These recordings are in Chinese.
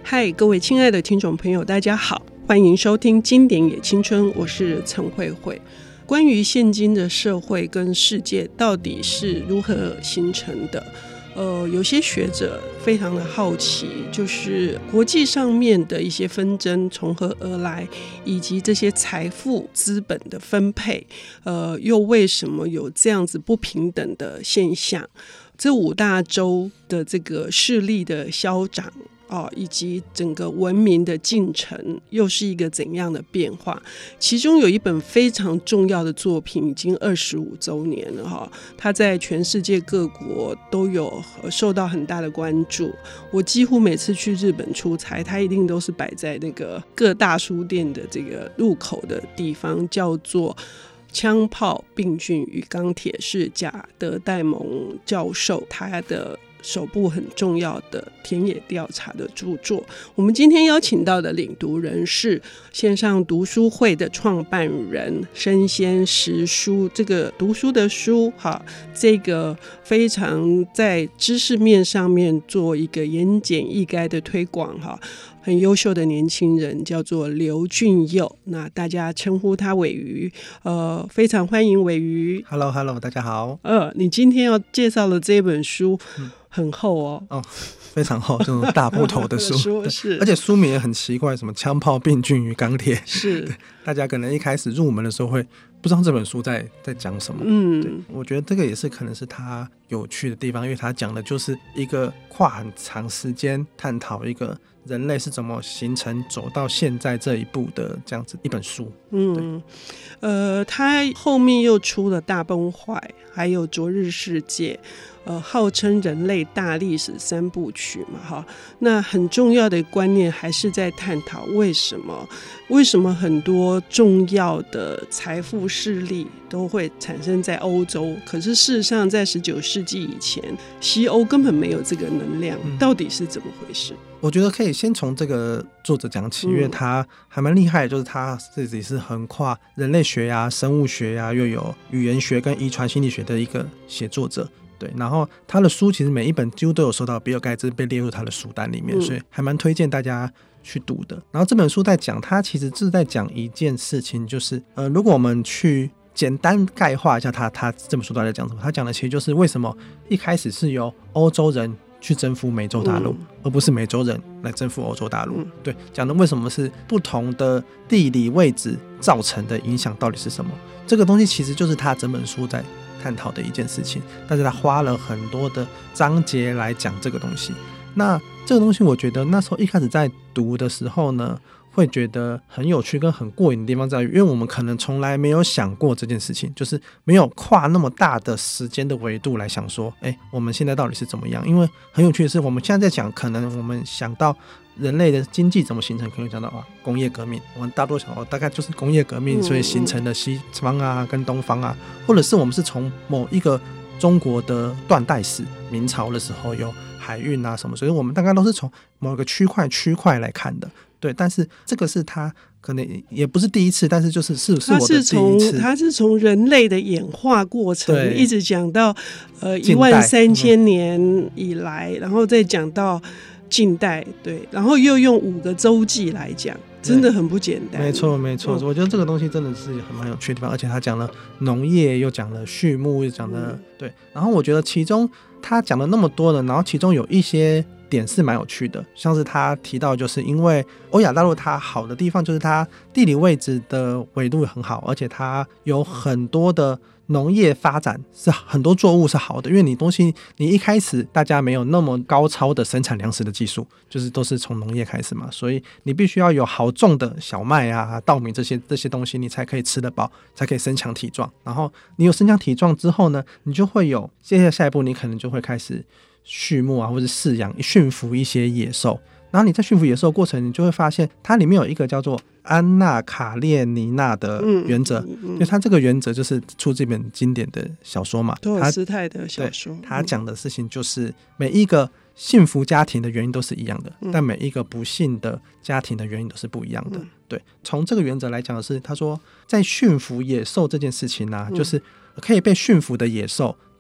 嗨，各位亲爱的听众朋友，大家好，欢迎收听经典也青春，我是陈慧慧。关于现今的社会跟世界到底是如何形成的，有些学者非常的好奇，就是国际上面的一些纷争从何而来，以及这些财富资本的分配，又为什么有这样子不平等的现象？这5大洲的这个势力的消长以及整个文明的进程又是一个怎样的变化？其中有一本非常重要的作品已经25周年了它在全世界各国都有受到很大的关注。我几乎每次去日本出差，它一定都是摆在那个各大书店的这个入口的地方，叫做枪炮、病菌与钢铁，是贾德戴蒙教授他的首部很重要的田野调查的著作。我们今天邀请到的领读人是线上读书会的创办人生鲜识书，这个读书的书这个非常在知识面上面做一个言简意赅的推广很优秀的年轻人，叫做刘俊佑，那大家称呼他伟瑜，非常欢迎伟瑜。 Hello， 大家好。 你今天要介绍的这本书很厚非常厚，这种大部头的书是， 而且书名也很奇怪，什么枪炮、病菌与钢铁， 是大家可能一开始入门的时候会不知道这本书在讲什么。对，我觉得这个也是可能是它有趣的地方，因为它讲的就是一个跨很长时间探讨一个人类是怎么形成走到现在这一步的这样子一本书。 他后面又出了大崩坏，还有昨日世界，号称人类大历史3部曲嘛那很重要的观念还是在探讨为什么很多重要的财富势力都会产生在欧洲，可是事实上在19世纪以前，西欧根本没有这个能量，到底是怎么回事？ 我觉得可以先从这个作者讲起，因为他还蛮厉害的，就是他自己是横跨人类学呀、生物学呀，又有语言学跟遗传心理学的一个写作者。对，然后他的书其实每一本几乎都有受到比尔盖茨被列入他的书单里面，所以还蛮推荐大家去读的。然后这本书在讲，他其实是在讲一件事情，就是如果我们去简单概括一下他这本书到底在讲什么，他讲的其实就是为什么一开始是由欧洲人去征服美洲大陆，而不是美洲人来征服欧洲大陆。对，讲的为什么是不同的地理位置造成的影响到底是什么，这个东西其实就是他整本书在探讨的一件事情，但是他花了很多的章节来讲这个东西。那这个东西我觉得那时候一开始在读的时候呢，会觉得很有趣跟很过瘾的地方在于，因为我们可能从来没有想过这件事情，就是没有跨那么大的时间的维度来想说我们现在到底是怎么样。因为很有趣的是，我们现在在讲，可能我们想到人类的经济怎么形成，可能讲到工业革命，我们大多想到大概就是工业革命，所以形成了西方啊跟东方啊，或者是我们是从某一个中国的断代史，明朝的时候有海运啊什么，所以我们大概都是从某个区块来看的。对，但是这个是他可能也不是第一次，但是是我的第一次。 他是从人类的演化过程一直讲到13000年以来，然后再讲到近代，对，然后又用5个洲际来讲，真的很不简单。 没错，我觉得这个东西真的是很蛮有趣的地方，而且他讲了农业，又讲了畜牧，又讲了对。然后我觉得其中他讲了那么多了，然后其中有一些点是蛮有趣的，像是他提到，就是因为欧亚大陆它好的地方就是它地理位置的纬度很好，而且它有很多的农业发展，是很多作物是好的，因为你东西你一开始大家没有那么高超的生产粮食的技术，就是都是从农业开始嘛，所以你必须要有好种的小麦啊、稻米这些东西，你才可以吃得饱，才可以身强体壮。然后你有身强体壮之后呢，你就会有下一步，你可能就会开始畜牧啊，或者饲养、驯服一些野兽。然后你在驯服野兽的过程，你就会发现它里面有一个叫做安娜卡列尼娜的原则，因为它这个原则就是出这本经典的小说嘛， 托尔斯泰的小说。 他讲的事情就是每一个幸福家庭的原因都是一样的，但每一个不幸的家庭的原因都是不一样的。对，从这个原则来讲的是，他说在驯服野兽这件事情啊，就是可以被驯服的野兽，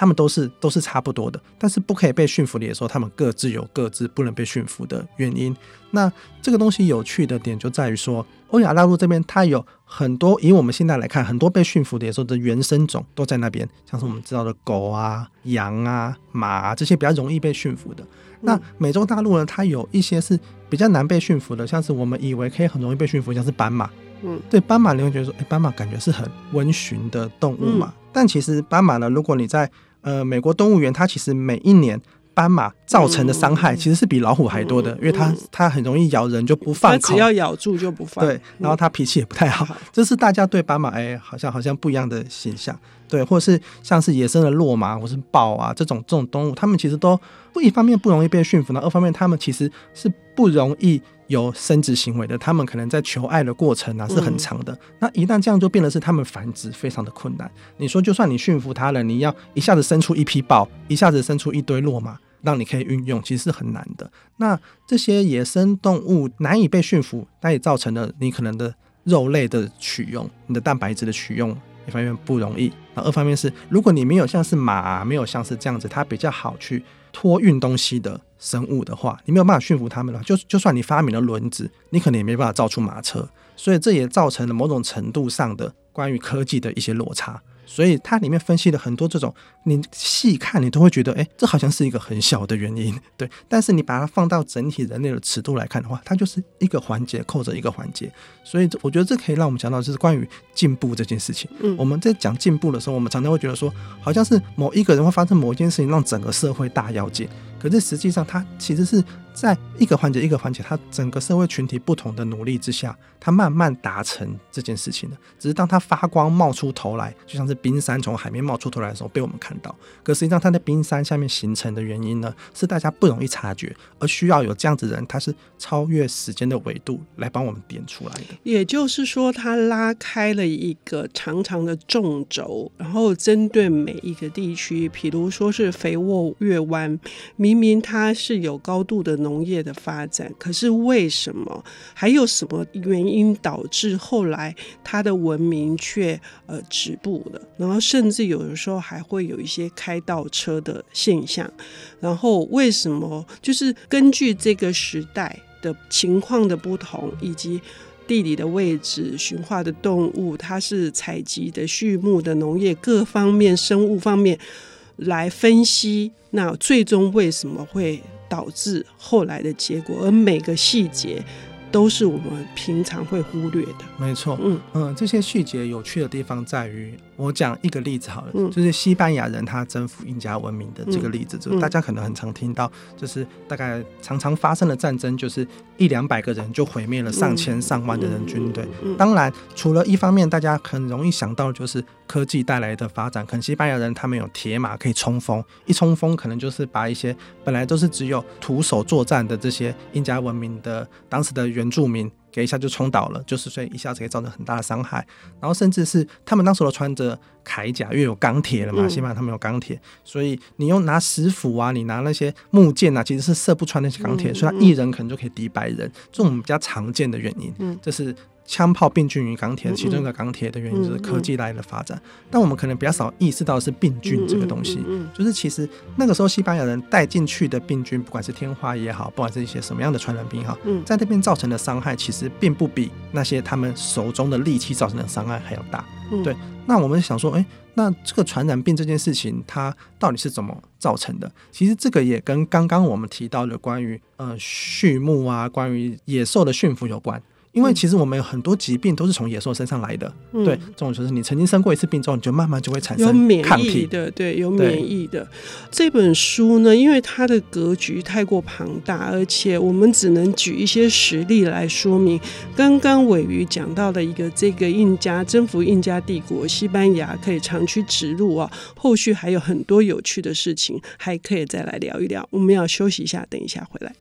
他们都是差不多的，但是不可以被驯服的野兽，他们各自有各自不能被驯服的原因。那这个东西有趣的点就在于说，欧亚大陆这边它有很多，以我们现在来看，很多被驯服的野兽的原生种都在那边，像是我们知道的狗啊、羊啊、马啊，这些比较容易被驯服的。那美洲大陆呢，它有一些是比较难被驯服的，像是我们以为可以很容易被驯服，像是斑马。对，斑马你会觉得说，斑马感觉是很温驯的动物嘛，但其实斑马呢，如果你在美国动物园，它其实每一年斑马造成的伤害其实是比老虎还多的，因为它很容易咬人就不放口， 它只要咬住就不放。 对，然后它脾气也不太好，这是大家对斑马好像不一样的形象。对，或是像是野生的骆马或是豹啊这种动物，它们其实都一方面不容易被驯服，二方面它们其实是不容易有生殖行为的，他们可能在求爱的过程是很长的。那一旦这样就变得是他们繁殖非常的困难。你说就算你驯服它了，你要一下子生出一批豹，一下子生出一堆骆马，让你可以运用，其实是很难的。那这些野生动物难以被驯服，那也造成了你可能的肉类的取用，你的蛋白质的取用一方面不容易，二方面是如果你没有像是马没有像是这样子它比较好去托运东西的生物的话，你没有办法驯服它们的话，就算你发明了轮子，你可能也没办法造出马车。所以这也造成了某种程度上的关于科技的一些落差。所以它里面分析了很多这种，你细看你都会觉得这好像是一个很小的原因，对，但是你把它放到整体人类的尺度来看的话，它就是一个环节扣着一个环节。所以我觉得这可以让我们讲到就是关于进步这件事情。我们在讲进步的时候，我们常常会觉得说好像是某一个人会发生某一件事情让整个社会大跃进，可是实际上它其实是在一个环节一个环节，它整个社会群体不同的努力之下，它慢慢达成这件事情的。只是当它发光冒出头来，就像是冰山从海面冒出头来的时候被我们看到，可实际上它在冰山下面形成的原因呢，是大家不容易察觉，而需要有这样子的人，他是超越时间的维度来帮我们点出来的。 也就是说它拉开了一个长长的纵轴，然后针对每一个地区，比如说是肥沃月湾，明明它是有高度的农业的发展，可是为什么还有什么原因导致后来它的文明却止步了，然后甚至有的时候还会有一些开倒车的现象。然后为什么就是根据这个时代的情况的不同，以及地理的位置、驯化的动物，它是采集的、畜牧的、农业各方面、生物方面来分析，那最终为什么会导致后来的结果，而每个细节都是我们平常会忽略的。 没错，这些细节有趣的地方在于，我讲一个例子好了，就是西班牙人他征服印加文明的这个例子，就大家可能很常听到，就是大概常常发生的战争，就是100-200个人就毁灭了上千上万的人军队。当然，除了一方面大家很容易想到就是科技带来的发展，可能西班牙人他们有铁马可以冲锋，一冲锋可能就是把一些本来都是只有徒手作战的这些印加文明的当时的原住民给一下就冲倒了，就是所以一下子可以造成很大的伤害。然后甚至是他们当时都穿着铠甲，因为有钢铁了嘛，西班牙他们有钢铁，所以你用拿石斧啊，你拿那些木剑啊，其实是射不穿那些钢铁，所以他一人可能就可以敌100人，这种比较常见的原因，这是枪炮并进于钢铁其中一个钢铁的原因，就是科技来的发展。但我们可能比较少意识到的是病菌这个东西，就是其实那个时候西班牙人带进去的病菌，不管是天花也好，不管是一些什么样的传染病也好，在那边造成的伤害其实并不比那些他们手中的利器造成的伤害还要大。对，那我们想说那这个传染病这件事情它到底是怎么造成的？其实这个也跟刚刚我们提到的关于畜牧啊，关于野兽的驯服有关。因为其实我们有很多疾病都是从野兽身上来的，对，这种就是你曾经生过一次病之后，你就慢慢就会产生抗体，有免疫的，对，有免疫的。这本书呢，因为它的格局太过庞大，而且我们只能举一些实例来说明。刚刚伟瑜讲到的一个这个印加征服印加帝国，西班牙可以长驱直入啊，后续还有很多有趣的事情，还可以再来聊一聊。我们要休息一下，等一下回来。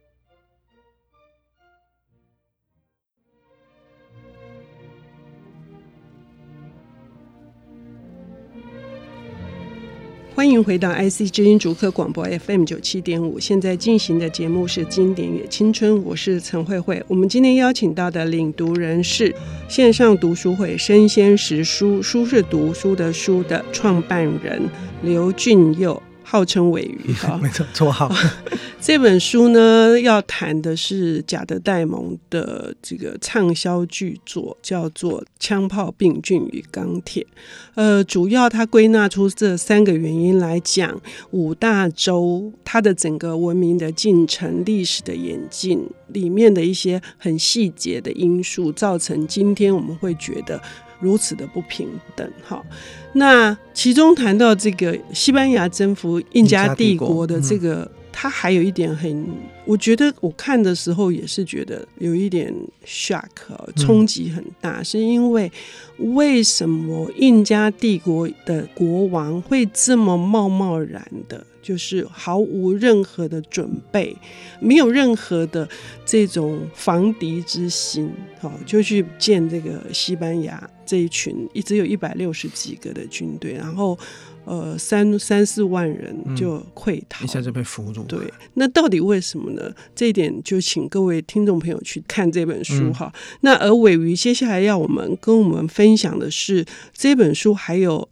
欢迎回到 IC 之音主客广播 FM 97.5，现在进行的节目是经典也青春，我是陈慧慧。我们今天邀请到的领读人是线上读书会生鲜识书，书是读书的书的创办人刘俊佑，号称尾鱼没错，绰号。 这本书呢，要谈的是贾德戴蒙的这个畅销巨作，叫做《枪炮、病菌与钢铁》。主要它归纳出这3个原因来讲5大洲它的整个文明的进程、历史的演进里面的一些很细节的因素，造成今天我们会觉得如此的不平等。好，那其中谈到这个西班牙征服印加帝国的这个，它还有一点我觉得我看的时候也是觉得有一点 shock， 冲击很大，是因为什么印加帝国的国王会这么贸贸然的，就是毫无任何的准备，没有任何的这种防敌之心，就去见这个西班牙这一群只有160几个的军队，然后3-4万人就溃逃， 一下就被俘虏。 对，那到底为什么呢？这一点就请各位听众朋友去看这本书哈。那而尾鱼接下来要跟我们分享的是这本书还有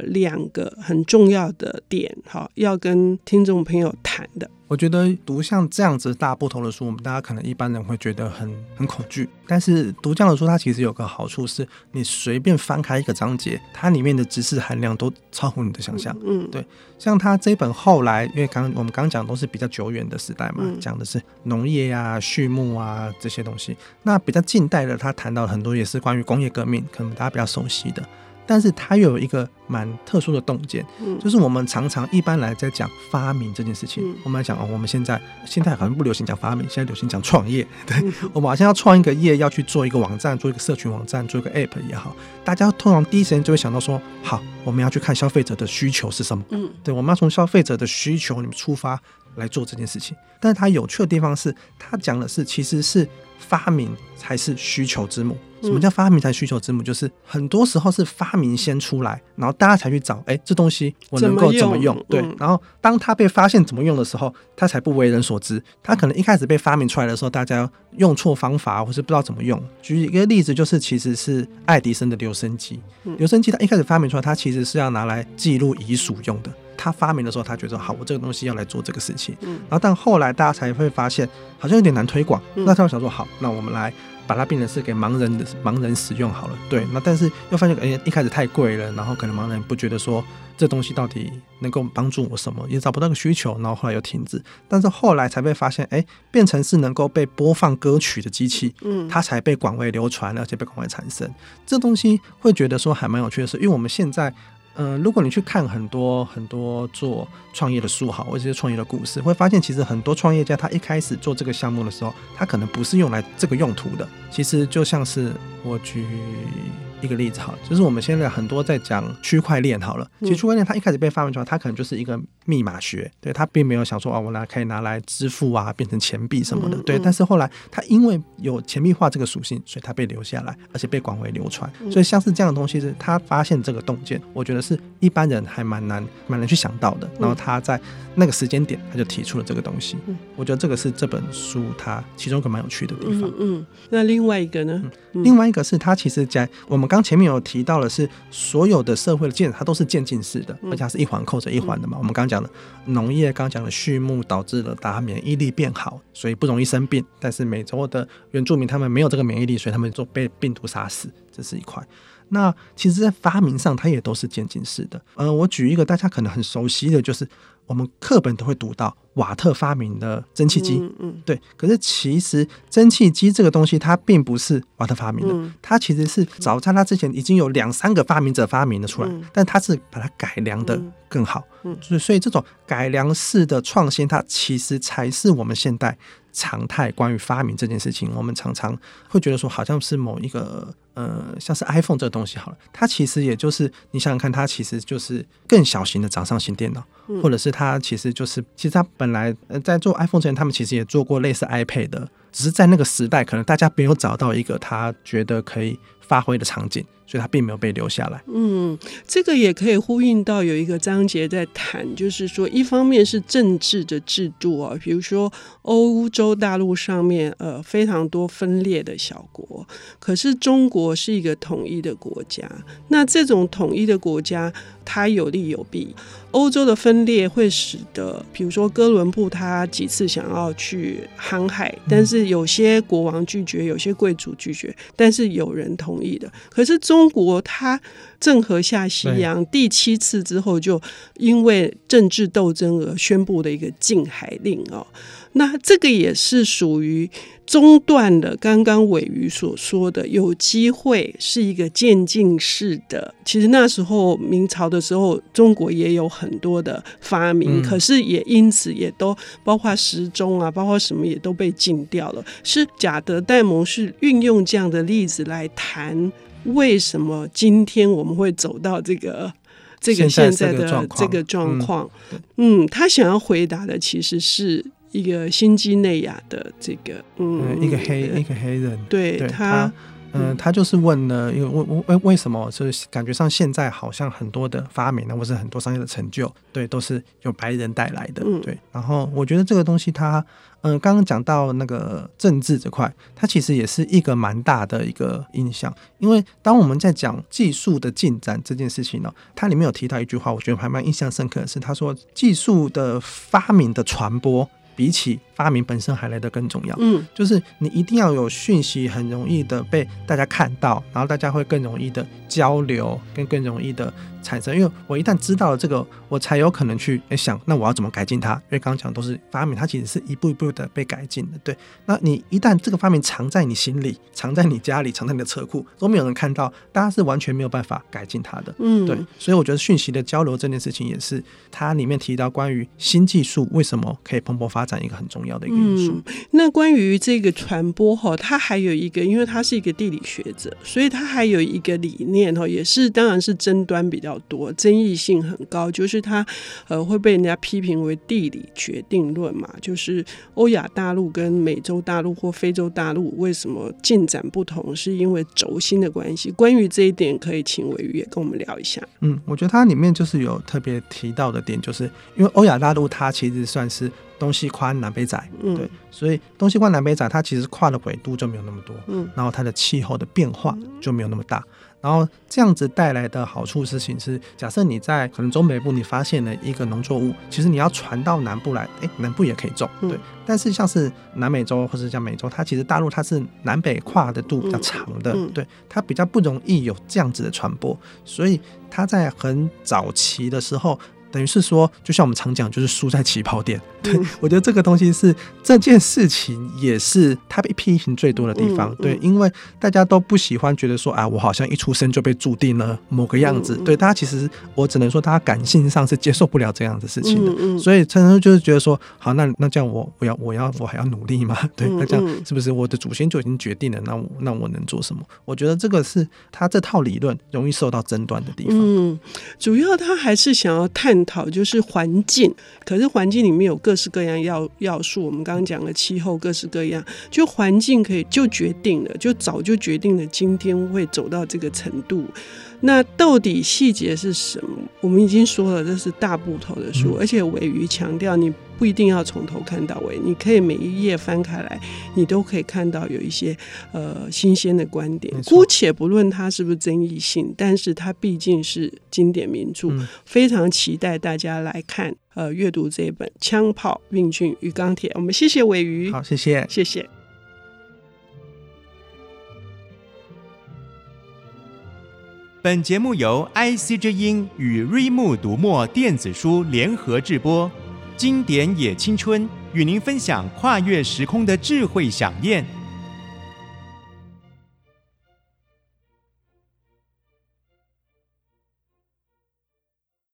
2个很重要的点哈，要跟听众朋友谈的。 我觉得读像这样子大部头的书，我们大家可能一般人会觉得很恐惧，但是读这样的书它其实有个好处是，你随便翻开一个章节，它里面的知识含量都超乎你的想象。对，像它这本后来，因为我们刚讲都是比较久远的时代嘛，讲的是农业啊、畜牧啊这些东西。那比较近代的，它谈到很多也是关于工业革命，可能大家比较熟悉的。但是它又有一个蛮特殊的洞见，就是我们常常一般来在讲发明这件事情，我们来讲我们现在好像不流行讲发明，现在流行讲创业。对，我们好像要创一个业，要去做一个网站，做一个社群网站，做一个 app 也好，大家通常第一时间就会想到说，好，我们要去看消费者的需求是什么。对，我们要从消费者的需求里面出发来做这件事情。但是它有趣的地方是，它讲的是其实是发明才是需求之母。什么叫发明才需求之母？就是很多时候是发明先出来，然后大家才去找，这东西我能够怎么用？对，然后当它被发现怎么用的时候，它才不为人所知。它可能一开始被发明出来的时候，大家用错方法，或是不知道怎么用。举一个例子，就是其实是爱迪生的留声机。留声机它一开始发明出来，它其实是要拿来记录遗属用的。他发明的时候，他觉得好，我这个东西要来做这个事情。然后但后来大家才会发现，好像有点难推广。那他就想说，好，那我们来把它变成是给盲人使用好了。对，那但是又发现，一开始太贵了，然后可能盲人不觉得说这东西到底能够帮助我什么，也找不到个需求，然后后来又停止。但是后来才被发现，变成是能够被播放歌曲的机器，它才被广为流传，而且被广为产生。这东西会觉得说还蛮有趣的是，因为我们现在。如果你去看很多做创业的书好，或者是创业的故事，会发现其实很多创业家他一开始做这个项目的时候，他可能不是用来这个用途的。其实就像是我举一个例子好了，就是我们现在很多在讲区块链好了，其实区块链它一开始被发明出来，它可能就是一个密码学，对，它并没有想说我可以拿来支付啊，变成钱币什么的，对。但是后来它因为有钱币化这个属性，所以它被留下来，而且被广为流传。所以像是这样的东西，是他发现这个洞见，我觉得是一般人还蛮难去想到的。然后他在那个时间点，他就提出了这个东西。我觉得这个是这本书它其中一个蛮有趣的地方。 那另外一个呢？ 另外一个是它其实在我们刚前面有提到的是，所有的社会的建设它都是渐进式的，而且它是一环扣着一环的嘛。我们刚讲的农业，刚讲的畜牧导致了大家免疫力变好，所以不容易生病。但是美洲的原住民他们没有这个免疫力，所以他们就被病毒杀死，这是一块。那其实在发明上它也都是渐进式的。我举一个大家可能很熟悉的，就是我们课本都会读到瓦特发明的蒸汽机。对，可是其实蒸汽机这个东西它并不是瓦特发明的，它其实是早在它之前已经有2-3个发明者发明了出来，但它是把它改良的更好。所以这种改良式的创新，它其实才是我们现代常态。关于发明这件事情，我们常常会觉得说好像是某一个像是 iPhone 这个东西好了，它其实也就是你想想看，它其实就是更小型的掌上型电脑，或者是它其实它本来在做 iPhone 之前，他们其实也做过类似 iPad 的，只是在那个时代可能大家没有找到一个他觉得可以发挥的场景，所以它并没有被留下来。 这个也可以呼应到有一个章节在谈，就是说一方面是政治的制度啊，比如说欧洲大陆上面非常多分裂的小国，可是中国是一个统一的国家，那这种统一的国家它有利有弊。欧洲的分裂会使得比如说哥伦布他几次想要去航海，但是有些国王拒绝，有些贵族拒绝，但是有人同意的。可是中国他郑和下西洋第7次之后，就因为政治斗争而宣布的一个禁海令哦。那这个也是属于中断了刚刚伟瑜所说的有机会是一个渐进式的。其实那时候明朝的时候中国也有很多的发明，可是也因此也都包括时钟啊，包括什么也都被禁掉了。是贾德戴蒙是运用这样的例子来谈为什么今天我们会走到这个现在的这个状况。他想要回答的其实是一个新几内亚的这个一个黑人， 对他就是问了，为什么就是感觉上现在好像很多的发明或是很多商业的成就，对，都是由白人带来的，对。然后我觉得这个东西它刚刚讲到那个政治这块，它其实也是一个蛮大的一个影响。因为当我们在讲技术的进展这件事情呢，它里面有提到一句话，我觉得还蛮印象深刻的是，他说技术的发明的传播比起发明本身还来得更重要。就是你一定要有讯息很容易的被大家看到，然后大家会更容易的交流，更容易的产生。因为我一旦知道了这个，我才有可能去想，那我要怎么改进它？因为刚刚讲都是发明，它其实是一步一步的被改进的。对，那你一旦这个发明藏在你心里，藏在你家里，藏在你的车库，都没有人看到，大家是完全没有办法改进它的。对，所以我觉得讯息的交流这件事情也是它里面提到关于新技术为什么可以蓬勃发展一个很重要的一个因素。 那关于这个传播它还有一个，因为他是一个地理学者，所以他还有一个理念也是当然是争端比较多，争议性很高，就是他会被人家批评为地理决定论嘛，就是欧亚大陆跟美洲大陆或非洲大陆为什么进展不同，是因为轴心的关系。关于这一点可以请伟瑜也跟我们聊一下。 我觉得它里面就是有特别提到的点，就是因为欧亚大陆它其实算是东西宽南北窄，对，所以东西宽南北窄它其实跨的纬度就没有那么多，然后它的气候的变化就没有那么大，然后这样子带来的好处事情是，假设你在可能中北部你发现了一个农作物，其实你要传到南部来，南部也可以种，对。但是像是南美洲或是像美洲，它其实大陆它是南北跨的度比较长的，对，它比较不容易有这样子的传播，所以它在很早期的时候，等于是说，就像我们常讲，就是输在起跑点。对，我觉得这个东西是这件事情也是它被批评最多的地方。对，因为大家都不喜欢觉得说啊，我好像一出生就被注定了某个样子。对，大家其实我只能说，大家感性上是接受不了这样的事情的。所以常常就是觉得说，好，那这样我还要努力吗？对，那这样是不是我的祖先就已经决定了？那我能做什么？我觉得这个是他这套理论容易受到争端的地方。 主要他还是想要探讨就是环境，可是环境里面有各式各样要素，我们刚刚讲的气候各式各样，就环境可以就决定了，就早就决定了今天会走到这个程度。那到底细节是什么？我们已经说了，这是大部头的书，而且伟瑜强调你不一定要从头看到尾，你可以每一页翻开来，你都可以看到有一些新鲜的观点。姑且不论它是不是争议性，但是它毕竟是经典名著，非常期待大家来看阅读这一本《枪炮、病菌与钢铁》。我们谢谢伟瑜。 好，谢谢， 谢谢。 本节目由 IC 之音与瑞木读墨电子书联合制播，经典也青春与您分享跨越时空的智慧饗宴。